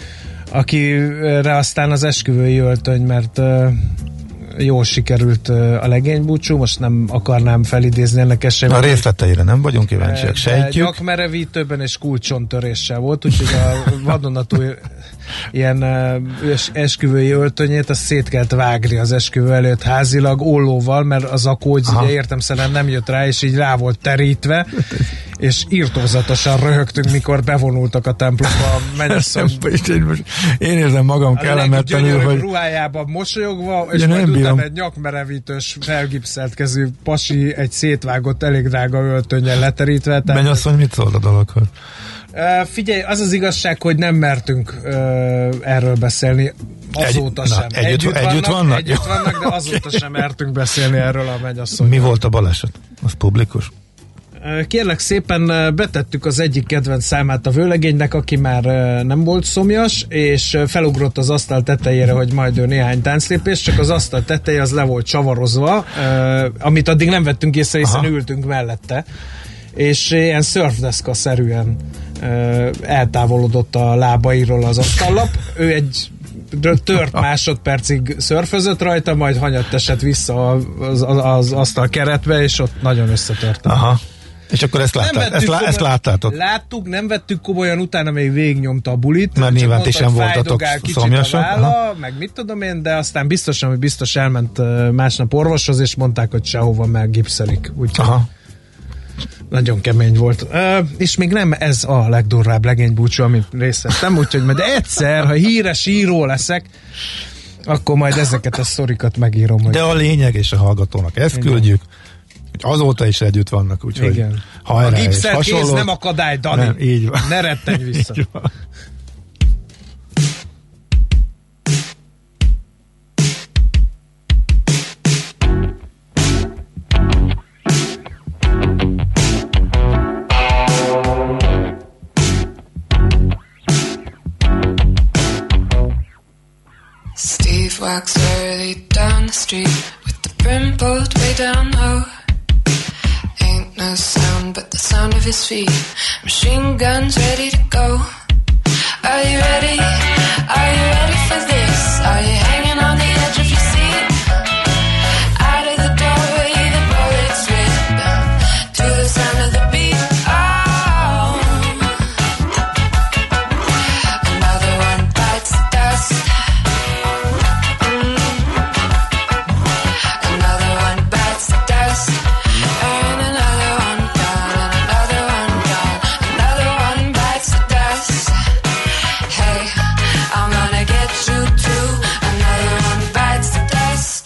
akire aztán az esküvői öltöny, mert uh, jól sikerült uh, a legény búcsú, most nem akarnám felidézni ennek esetben. A részleteire nem vagyunk kíváncsiak, sejtjük. Nyakmerevítőben és kulcsontöréssel volt, úgyhogy a vadonatúj ilyen uh, esküvői öltönyét, azt szét kellett vágni az esküvő előtt házilag, ollóval, mert az akógy ugye értelemszerűen nem jött rá, és így rá volt terítve, és írtózatosan röhögtünk, mikor bevonultak a templomba a mennyasszony. Én érzem magam kellemetlenül, hogy ruhájában mosolyogva, és majd utána egy nyakmerevítős, felgipszelt kezű pasi egy szétvágott, elég drága öltönnyel leterítve. Mennyasszony mit szól a dologhoz? Uh, figyelj, az az igazság, hogy nem mertünk uh, erről beszélni azóta egy, sem. Na, együtt, együtt, vannak, együtt vannak? Együtt vannak, de azóta sem mertünk beszélni erről a mennyasszonyról. Mi volt a baleset? Az publikus? Uh, kérlek szépen betettük az egyik kedvenc számát a vőlegénynek, aki már uh, nem volt szomjas, és uh, felugrott az asztal tetejére, hogy majd ő néhány tánclépés, csak az asztal teteje az le volt csavarozva, uh, amit addig nem vettünk észre, hiszen aha, ültünk mellette, és ilyen szörfdeszka-szerűen uh, eltávolodott a lábairól az asztallap. Ő egy tört másodpercig szörfözött rajta, majd hanyatt esett vissza az, az, az asztal keretbe, és ott nagyon összetört. Aha. És akkor ezt, láttál, ezt, lá, ezt láttátok? Láttuk, nem vettük komolyan, utána még végignyomta a bulit. Mert nyilván ti sem voltatok szomjasak. Meg mit tudom én, de aztán biztosan, hogy biztos elment másnap orvoshoz, és mondták, hogy sehova meg gipszelik. Úgyhogy aha, nagyon kemény volt. Uh, és még nem ez a legdurvább legénybúcsú, amit részt vettem, úgyhogy majd egyszer, ha híres író leszek, akkor majd ezeket a sztorikat megírom. Hogy... De a lényeg és a hallgatónak ezt igen, küldjük, hogy azóta is együtt vannak, úgyhogy hajrá. A gipszelt kéz nem akadály, Dani. Nem, így van. Ne rettenj vissza. walks early down the street with the brim pulled way down low. Ain't no sound but the sound of his feet. Machine guns ready to go. Are you ready? Are you ready for this? Are you hanging on the edge of your seat? Out of the doorway the bullets rip to the sound of the beat. Oh, another one bites the dust. Mm. Another one bites the dust. And another one gone, and another one gone. Another one bites the dust. Hey, I'm gonna get you too. Another one bites the dust.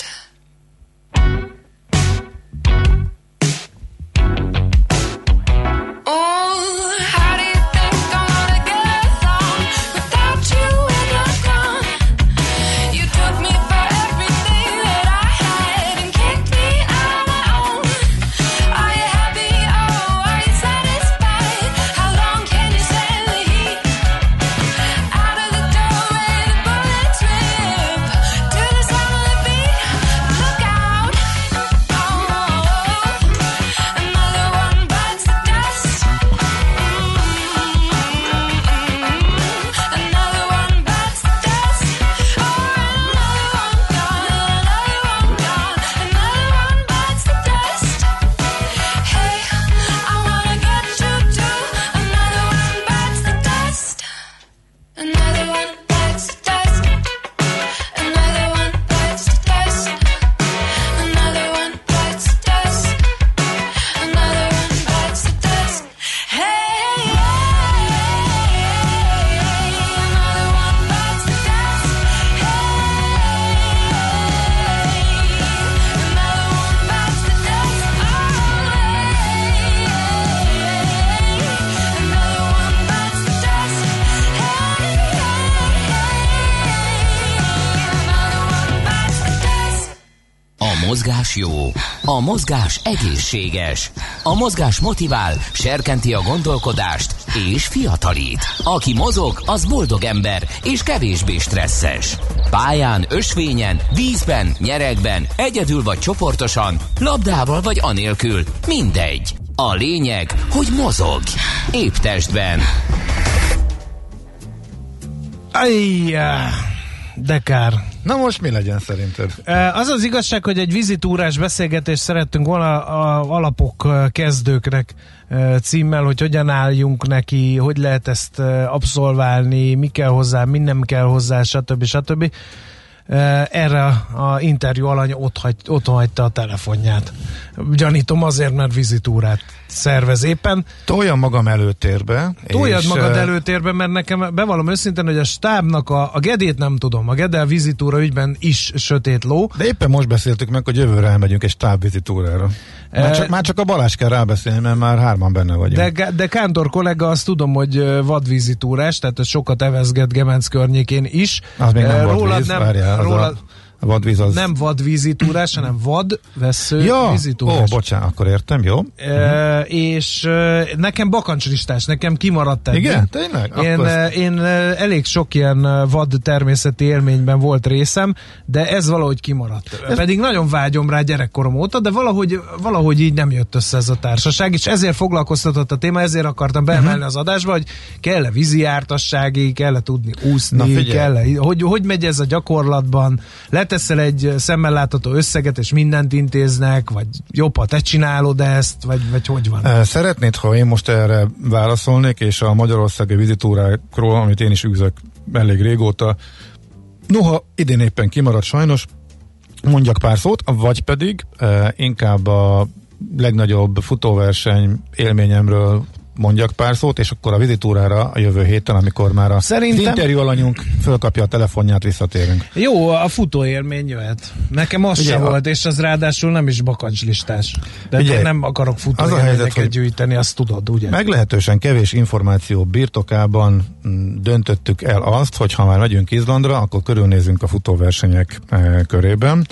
Oh, how do you think I'm gonna get along without you when you're gone? You took me for everything that I had and kicked me out on my own. Are you happy? Oh, are you satisfied? How long can you stand the heat? Out of the doorway the bullets rip to the sound of the beat. Look out! Oh, another one bites the dust. Another one bites the dust. Oh, another one gone, another one gone, another one bites the dust. Hey, I wanna get you too. Another one bites the dust. Another one bites the dust. Another one bites the dust. Another one bites the dust. Another one bites the dust. Hey, another one bites the dust. Hey, another one bites the dust. Oh, another one bites the dust. Hey, another one bites the dust. A mozgás jó, a mozgás egészséges, a mozgás motivál, serkenti a gondolkodást és fiatalít. Aki mozog, az boldog ember és kevésbé stresszes. Pályán, ösvényen, vízben, nyeregben, egyedül vagy csoportosan, labdával vagy anélkül, mindegy. A lényeg, hogy mozog. Épp testben. Ajjá, de kár. Na most mi legyen szerinted? Az az igazság, hogy egy vizitúrás beszélgetést szerettünk volna a alapok kezdőknek címmel, hogy hogyan álljunk neki, hogy lehet ezt abszolválni, mi kell hozzá, mi nem kell hozzá, stb. stb. Erre a interjú alany ott hagy, otthon hagyta a telefonját. Gyanítom azért, mert vizitúrát szervez éppen. Toljam magam előtérbe. Toljad magad előtérbe, mert nekem bevallom őszintén, hogy a stábnak a, a Gedét nem tudom. A Gede a vizitúra ügyben is sötét ló. De éppen most beszéltük meg, hogy jövőre elmegyünk egy stáb vizitúrára. Már csak, már csak a Balázs kell rábeszélni, mert már hárman benne vagyunk. De, de Kántor kollega, azt tudom, hogy vadvizitúrás, tehát sokat evezget Gemenc környékén is. Az még nem rólad vadvíz, nem, várjál, az rólad, a vadvíz az... Nem vadvízitúrás, hanem vadvesző ja, vizitúrás. Ó, bocsánat, akkor értem, jó. E, uh-huh. És uh, nekem bakancslistás, nekem kimaradt eddig. Igen, tényleg? Én, uh, én uh, elég sok ilyen uh, vad természeti élményben volt részem, de ez valahogy kimaradt. Ez... Pedig nagyon vágyom rá gyerekkorom óta, de valahogy, valahogy így nem jött össze ez a társaság, és ezért foglalkoztatott a téma, ezért akartam beemelni uh-huh. az adásba, hogy kell-e vízijártassági, kell-e tudni úszni, kell-e, hogy, hogy megy ez a gyakorlatban, leteszel egy szemmel látható összeget, és mindent intéznek, vagy jobb, ha te csinálod ezt, vagy, vagy hogy van? Szeretnéd, ha én most erre válaszolnék, és a magyarországi vizitúrákról, amit én is űzök elég régóta, noha idén éppen kimaradt sajnos, mondjak pár szót, vagy pedig eh, inkább a legnagyobb futóverseny élményemről mondjak pár szót, és akkor a vizitúrára a jövő héten, amikor már a Szerintem... interjú alanyunk fölkapja a telefonját, visszatérünk. Jó, a futóélmény jöhet. Nekem az ugye, sem a... volt, és az ráadásul nem is bakancslistás. De ugye, én nem akarok futóélményeket gyűjteni, azt tudod, ugye? Meglehetősen kevés információ birtokában döntöttük el azt, hogy ha már megyünk Izlandra, akkor körülnézünk a futóversenyek e, körében,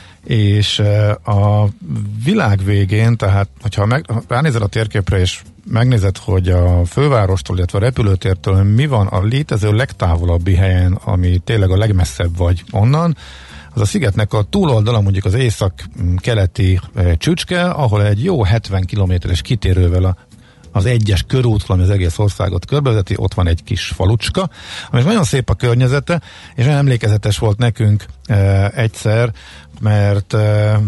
és e, a világ végén, tehát hogyha meg, ránézel a térképre, és megnézed, hogy a fővárostól, illetve a repülőtértől mi van a létező legtávolabbi helyen, ami tényleg a legmesszebb vagy onnan, az a szigetnek a túloldala, mondjuk az észak-keleti csücske, ahol egy jó hetven kilométeres kitérővel a az egyes körút, ami az egész országot körbevezeti, ott van egy kis falucska, ami nagyon szép a környezete, és nagyon emlékezetes volt nekünk e, egyszer, mert e,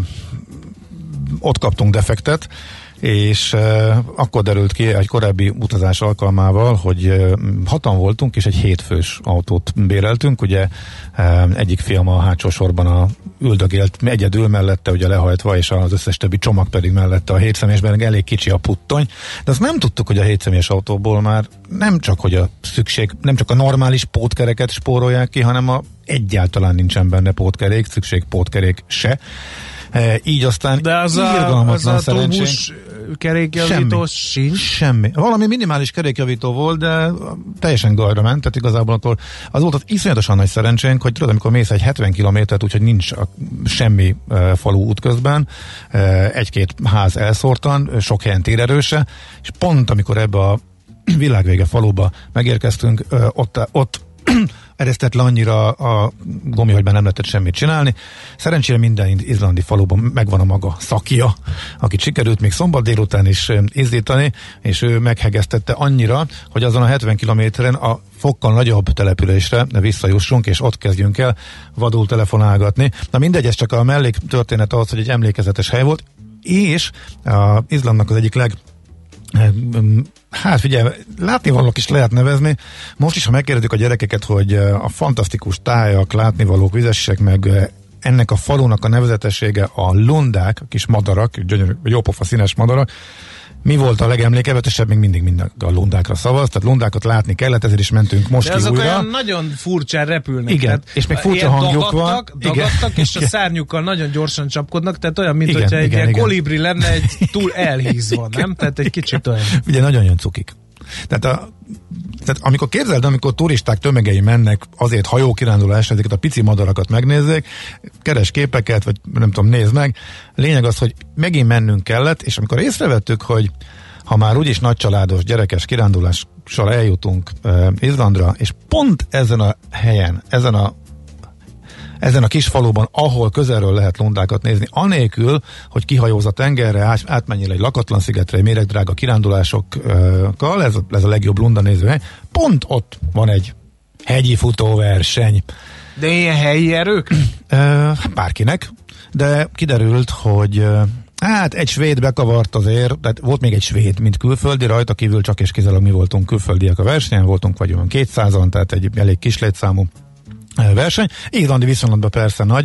ott kaptunk defektet, és e, akkor derült ki egy korábbi utazás alkalmával, hogy e, hatan voltunk, és egy hétfős autót béreltünk, ugye e, egyik fiam a hátsó sorban a üldögélt egyedül mellette, ugye lehajtva, és az összes többi csomag pedig mellette a hétszemélyesben, elég kicsi a puttony, de azt nem tudtuk, hogy a hétszemélyes autóból már nem csak, hogy a szükség, nem csak a normális pótkereket spórolják ki, hanem a egyáltalán nincsen benne pótkerék, szükség pótkerék se. E, így aztán de az irgalmatlan szerencsénk. Kerékjavító sincs? Semmi. Valami minimális kerékjavító volt, de teljesen gajra ment, tehát igazából akkor az volt az iszonyatosan nagy szerencsénk, hogy tudod, amikor mész egy hetven kilométert, úgyhogy nincs a, semmi e, falu útközben, e, egy-két ház elszórtan, sok helyen térerőse, és pont amikor ebbe a világvége faluba megérkeztünk, e, ott, ott eresztett le annyira a gomi, hogy már nem lehetett semmit csinálni. Szerencsére minden izlandi faluban megvan a maga szakja, akit sikerült még szombat délután is izzítani, és ő meghegesztette annyira, hogy azon a hetven kilométeren a fokkal nagyobb településre visszajussunk, és ott kezdjünk el vadul telefonálgatni. Na mindegy, ez csak a mellék történet az, hogy egy emlékezetes hely volt, és az Izlandnak az egyik leg hát figyelj, látnivalók is lehet nevezni. Most is, ha megkérdezik a gyerekeket, hogy a fantasztikus tájak, látnivalók, vizesek, meg ennek a falunak a nevezetessége a lundák, a kis madarak, gyönyörű, jópofa színes madarak, mi volt a legemlékezetesebb, még mindig minden a lundákra szavaz, tehát lundákat látni kellett, ezért is mentünk most de ki azok újra. olyan nagyon furcsán repülnek. Igen, tehát és még furcsa hangjuk van. Dagadtak, dagadtak és a szárnyukkal nagyon gyorsan csapkodnak, tehát olyan, mint igen, hogyha egy igen, ilyen igen. kolibri lenne egy túl elhízva, nem? Tehát egy kicsit olyan. Ugye nagyon jön cukik. Tehát, a, tehát amikor képzeld, amikor turisták tömegei mennek azért hajókirándulásra, ezeket a pici madarakat megnézzék, keres képeket, vagy nem tudom, nézd meg. Lényeg az, hogy megint mennünk kellett, és amikor észrevettük, hogy ha már úgyis nagycsaládos, gyerekes kirándulással eljutunk uh, Izlandra, és pont ezen a helyen, ezen a ezen a kis faluban, ahol közelről lehet lundákat nézni, anélkül, hogy kihajóz a tengerre, át, átmenjél egy lakatlan szigetre, egy méregdrága kirándulásokkal, ez, ez a legjobb lunda nézőhely, pont ott van egy hegyi futóverseny. De ilyen helyi erők? Bárkinek, de kiderült, hogy hát egy svéd bekavart azért, tehát volt még egy svéd, mint külföldi, rajta kívül csak és kizárólag mi voltunk külföldiek a versenyen, voltunk vagy olyan kétszázan, tehát egy elég kis létszámú verseny. Izlandi viszonylatban persze nagy,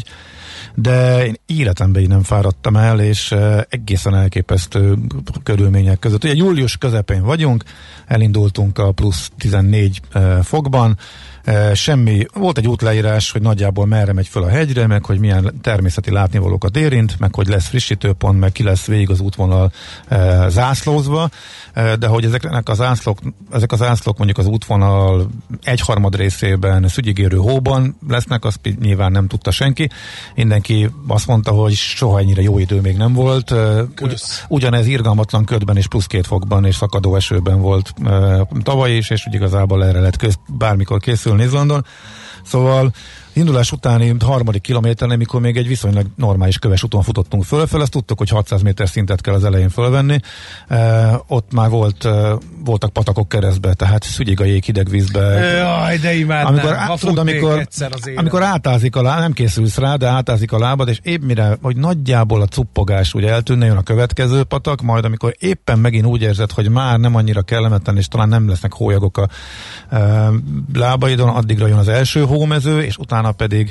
de én életemben így nem fáradtam el, és egészen elképesztő körülmények között. Ugye július közepén vagyunk, elindultunk a plusz tizennégy fokban, semmi, volt egy útleírás, hogy nagyjából merre megy föl a hegyre, meg hogy milyen természeti látnivalókat érint, meg hogy lesz frissítőpont, meg ki lesz végig az útvonal e, zászlózva, e, de hogy ezeknek az zászlók, ezek az zászlók mondjuk az útvonal egyharmad részében szügyigérő hóban lesznek, azt nyilván nem tudta senki. Mindenki azt mondta, hogy soha ennyire jó idő még nem volt. Ugy, ugyanez irgalmatlan ködben és plusz két fokban és szakadó esőben volt e, tavaly is, és úgy igazából erre lehet köz, bármikor készülni Izlandon. Szóval indulás utáni harmadik kilométernél, amikor még egy viszonylag normális köves úton futottunk föl-föl, azt tudtuk, hogy hatszáz méter szintet kell az elején fölvenni. E, ott már volt, e, voltak patakok keresztbe, tehát szügyig a jég hideg vízbe. Jaj, de imádnám, amikor, ha tudod, amikor, amikor átázik a láb, nem készülsz rá, de átázik a lábad, és épp mire, hogy nagyjából a cuppogás ugye eltűnne, jön a következő patak, majd amikor éppen megint úgy érzed, hogy már nem annyira kellemetlen, és talán nem lesznek hólyagok a e, lábaidon, addigra jön az első hómező, és utána pedig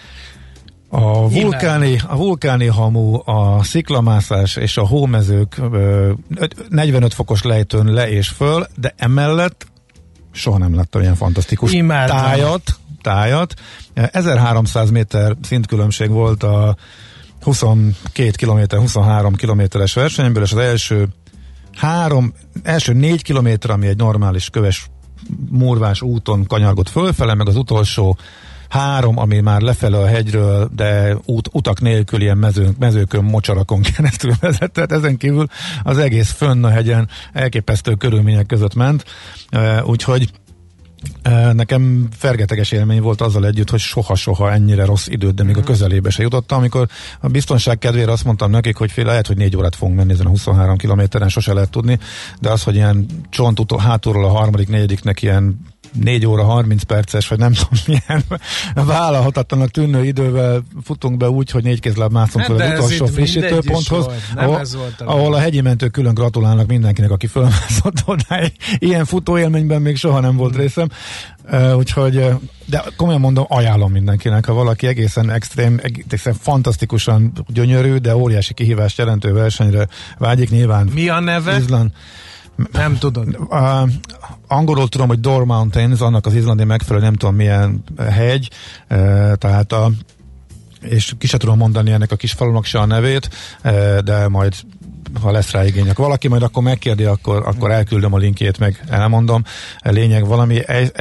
a vulkáni, a vulkáni hamu, a sziklamászás és a hómezők negyvenöt fokos lejtőn le és föl, de emellett soha nem láttam ilyen fantasztikus Imádom. tájat, tájat. ezerháromszáz méter szintkülönbség volt a huszonkét kilométer, huszonhárom kilométeres versenyből, és az első három, első négy kilométer, ami egy normális köves murvás úton kanyargott fölfele, meg az utolsó három, ami már lefele a hegyről, de út, utak nélkül ilyen mezőn, mezőkön, mocsarakon keresztül vezet, tehát ezen kívül az egész fönn a hegyen elképesztő körülmények között ment, úgyhogy Nekem fergeteges élmény volt azzal együtt, hogy soha-soha ennyire rossz időt, de még a közelébe se jutottam. Amikor a biztonság kedvére azt mondtam nekik, hogy fél lehet, hogy négy órát fogunk menni ezen a huszonhárom kilométeren, sose lehet tudni, de az, hogy ilyen csont utol, hátulról a harmadik, negyediknek ilyen négy óra harminc perces, vagy nem tudom milyen vállalhatatlanak tűnő idővel futunk be úgy, hogy négy kézláb mászunk fel az utolsó frissítőponthoz, ahol, ahol a hegyi mentők külön gratulálnak mindenkinek, aki fölmászott odáig. Ilyen futóélményben még soha nem volt részem. Uh, úgyhogy, uh, de komolyan mondom, ajánlom mindenkinek, ha valaki egészen extrém, egészen fantasztikusan gyönyörű, de óriási kihívást jelentő versenyre vágyik, nyilván. Mi a neve? Izland. Nem tudod. Uh, angolul tudom, hogy Door Mountains, annak az izlandi megfelelő, nem tudom milyen hegy, uh, tehát a, és ki sem tudom mondani ennek a kis falunak se a nevét, uh, de majd ha lesz rá igények. Valaki majd akkor megkérdi, akkor, akkor elküldöm a linkjét, meg elmondom. Lényeg valami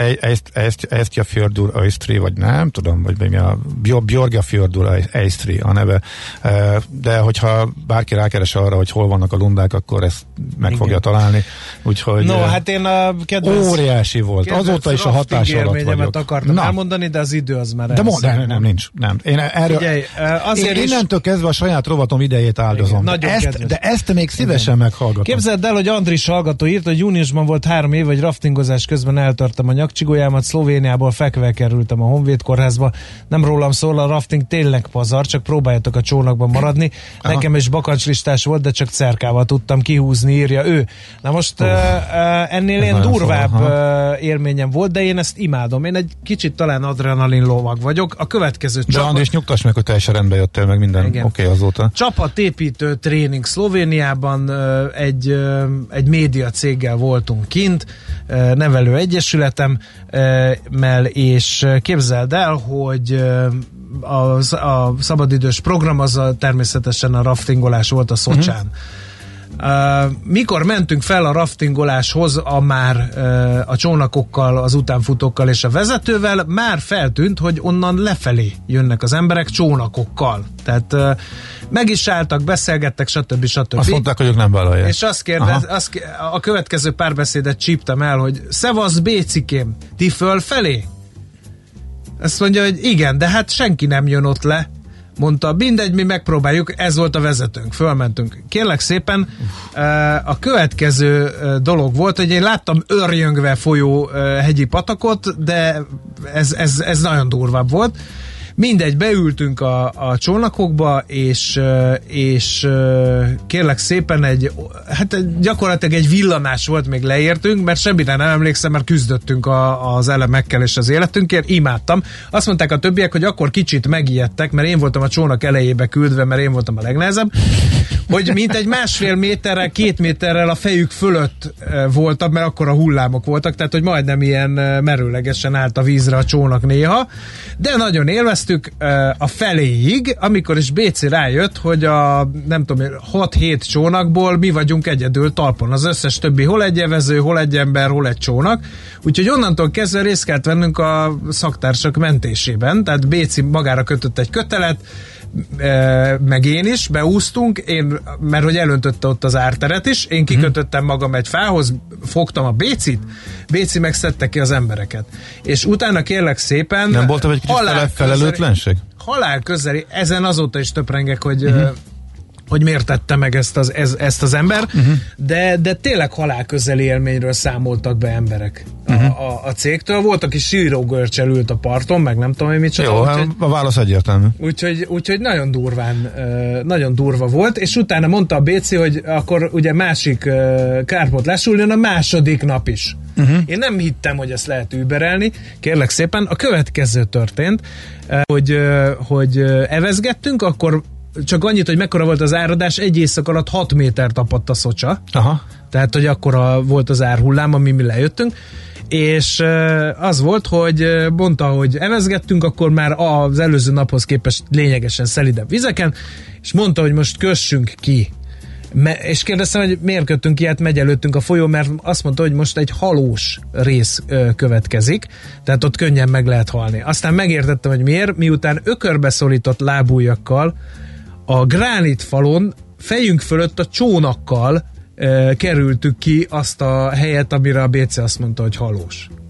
Eyjafjörður Öystri, vagy nem tudom, vagy mi a Björgafjörður Öystri a neve. De hogyha bárki rákeres arra, hogy hol vannak a lundák, akkor ezt meg Igen. fogja találni. Úgyhogy no, hát én a kedvenc, óriási volt. Azóta is a hatás alatt vagyok. akartam Na. elmondani, de az idő az már de mo- de nem, nincs. Nem. Én erről, Figyelj, azért én innentől is... kezdve a saját rovatom idejét áldozom. Ezt, de ezt még szívesen Igen. meghallgatom. Képzeld el, hogy Andris hallgató írt, hogy júniusban volt három év, hogy raftingozás közben eltörtem a nyakcsigójámat, Szlovéniából fekve kerültem a Honvéd kórházba. Nem rólam szól, a rafting tényleg pazar, csak próbáljatok a csónakban maradni. Aha. Nekem is bakancslistás volt, de csak cerkával tudtam kihúzni, írja ő. Na most uh, uh, ennél én durvább uh, élményem volt, de én ezt imádom. Én egy kicsit talán adrenalin lovag vagyok. A következő de csapat... Andris, nyugtass meg, hogy teljesen rendbe jöttél, meg minden oké okay azóta. Csapatépítő tréning Szlovéniában, egy, egy média céggel voltunk kint, nevelő egyesületemmel, és képzeld el, hogy a, a szabadidős program az a, természetesen a raftingolás volt a Szocsán. Uh-huh. Uh, mikor mentünk fel a raftingoláshoz a már uh, a csónakokkal, az utánfutókkal és a vezetővel, már feltűnt, hogy onnan lefelé jönnek az emberek csónakokkal. Tehát uh, meg is álltak, beszélgettek, stb. stb. Azt mondták, hogy ők nem vállalják. És azt kérdez, azt, a következő párbeszédet csíptem el, hogy szevasz Bécikém, ti fölfelé? Azt mondja, hogy igen, de hát senki nem jön ott le. Mondta, mindegy, mi megpróbáljuk, ez volt a vezetőnk, fölmentünk. Kérlek szépen, a következő dolog volt, hogy én láttam örjöngve folyó hegyi patakot, de ez, ez, ez nagyon durvább volt. Mindegy, beültünk a, a csónakokba, és, és kérlek szépen egy, hát gyakorlatilag egy villanás volt, még leértünk, mert semmire nem emlékszem, mert küzdöttünk a, az elemekkel és az életünkért, imádtam. Azt mondták a többiek, hogy akkor kicsit megijedtek, mert én voltam a csónak elejébe küldve, mert én voltam a legnehezebb, hogy mint egy másfél méterrel, két méterrel a fejük fölött voltam, mert akkor a hullámok voltak, tehát hogy majdnem ilyen merőlegesen állt a vízre a csónak néha, de nagyon élveztük a feléig, amikor is Béci rájött, hogy a nem tudom, hat-hét csónakból mi vagyunk egyedül talpon. Az összes többi hol egy evező, hol egy ember, hol egy csónak. Úgyhogy onnantól kezdve részt kellett vennünk a szaktársak mentésében, tehát Béci magára kötött egy kötelet, meg én is, beúsztunk, én, mert hogy elöntötte ott az árteret is, én kikötöttem magam egy fához, fogtam a Bécit, Béci meg szedte ki az embereket. És utána kérlek szépen... Nem volt egy kicsit felelőtlenség? Halál közeli, ezen azóta is töprengek, hogy... Uh-huh. hogy miért tette meg ezt az, ez, ezt az ember, uh-huh. de, de tényleg halálközeli élményről számoltak be emberek uh-huh. a, a, a cégtől. Volt, aki sírógörcsel ült a parton, meg nem tudom, hogy mit csinál. Jó, hát a válasz egyértelmű. Úgyhogy, úgyhogy nagyon durván, nagyon durva volt, és utána mondta a Béci, hogy akkor ugye másik kárpótlásul jön a második nap is. Uh-huh. Én nem hittem, hogy ezt lehet überelni. Kérlek szépen, a következő történt, hogy, hogy evezgettünk, akkor csak annyit, hogy mekkora volt az áradás, egy éjszak alatt hat méter tapadt a Szocsa. Aha. Tehát, hogy akkora volt az árhullám, ami mi lejöttünk. És az volt, hogy mondta, hogy evezgettünk, akkor már az előző naphoz képest lényegesen szelidebb vizeken, és mondta, hogy most kössünk ki. Me- és kérdeztem, hogy miért köttünk ki, hát megy előttünk a folyó, mert azt mondta, hogy most egy halós rész ö, következik, tehát ott könnyen meg lehet halni. Aztán megértettem, hogy miért, miután ökörbe szorított lábújakkal a gránitfalon fejünk fölött a csónakkal e, kerültük ki azt a helyet, amire a bé cé azt mondta, hogy halós.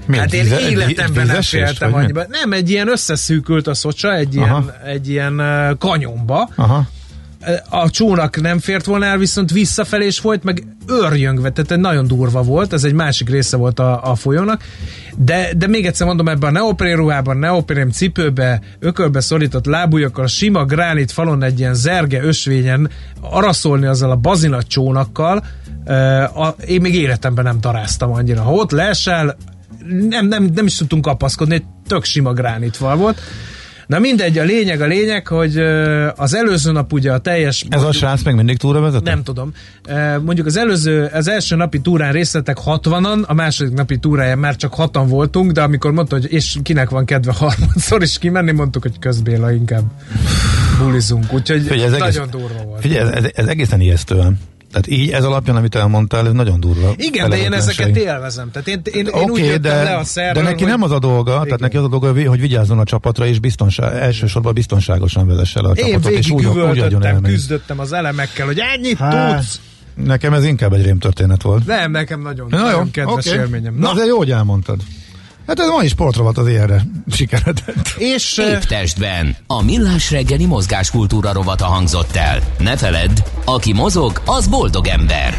Miért? Hát én Víze- életemben nem vízesés, féltem vagy mi? annyiba. Nem, egy ilyen összeszűkült a Szocsa, egy ilyen, Aha. egy ilyen uh, kanyomba. Aha. A csónak nem fért volna el, viszont visszafelé is folyt, meg őrjöngve, tehát nagyon durva volt, ez egy másik része volt a, a folyónak, de, de még egyszer mondom, ebben a neoprén ruhában, neoprén cipőbe, ökölbe szorított lábujjakkal, a sima gránit falon egy ilyen zerge ösvényen araszolni azzal a bazinat csónakkal, uh, a, én még életemben nem daráztam annyira. Ha ott leesel, nem, nem, nem is tudtunk kapaszkodni, egy tök sima gránitfal volt. Na mindegy, a lényeg a lényeg, hogy az előző nap ugye a teljes... Ez a srác még mindig túra vezet? Nem tudom. Mondjuk az előző, az első napi túrán részt vettek hatvanan, a második napi túráján már csak hatan voltunk, de amikor mondta, hogy és kinek van kedve harmadszor is kimenni, mondtuk, hogy közbéla inkább bulizunk. Úgyhogy figyelj, ez nagyon egész, durva volt. Figyelj, ez, ez egészen ijesztően. Tehát így ez alapján, amit elmondtál, ez nagyon durva. Igen, de én ezeket élvezem. Tehát én, én, én okay, úgy jöttem de, le a szerről, de neki hogy... nem az a dolga, igen. Tehát neki az a dolga, hogy vigyázzon a csapatra, és biztonság, elsősorban biztonságosan vezesse le a én csapatot. Én és úgy, végigüvöltöttem, küzdöttem az elemekkel, hogy ennyit hát, tudsz. Nekem ez inkább egy rémtörténet volt. Nem, nekem nagyon, Na nagyon jó, kedves okay. élményem. Na, de jó, hogy elmondtad. Hát ez ma is sportrovat az ilyenre sikeredett. És Épp testben a Millás reggeli mozgáskultúra rovata hangzott el. Ne feledd, aki mozog, az boldog ember.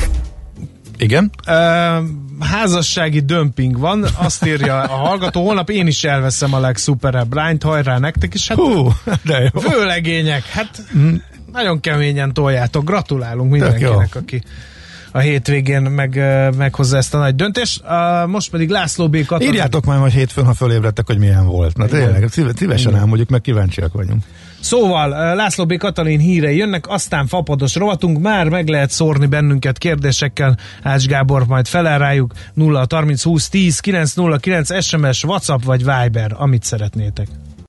Igen? Uh, házassági dömping van, azt írja a hallgató, holnap én is elveszem a legszuperebb lányt, hajrá nektek is. Hát Hú, de jó. Vőlegények, hát mm. nagyon keményen toljátok, gratulálunk mindenkinek, aki a hétvégén meg, meghozza ezt a nagy döntést. Uh, most pedig László B. Katalin. Írjátok majd majd hétfőn, ha fölébredtek, hogy milyen volt. Na tényleg, szívesen elmondjuk, meg kíváncsiak vagyunk. Szóval László B. Katalin hírei jönnek, aztán fapados rovatunk, már meg lehet szórni bennünket kérdésekkel, Ács Gábor majd felel rájuk, nulla harminc húsz tíz kilenc nulla kilenc es em es, WhatsApp vagy Viber, amit szeretnétek.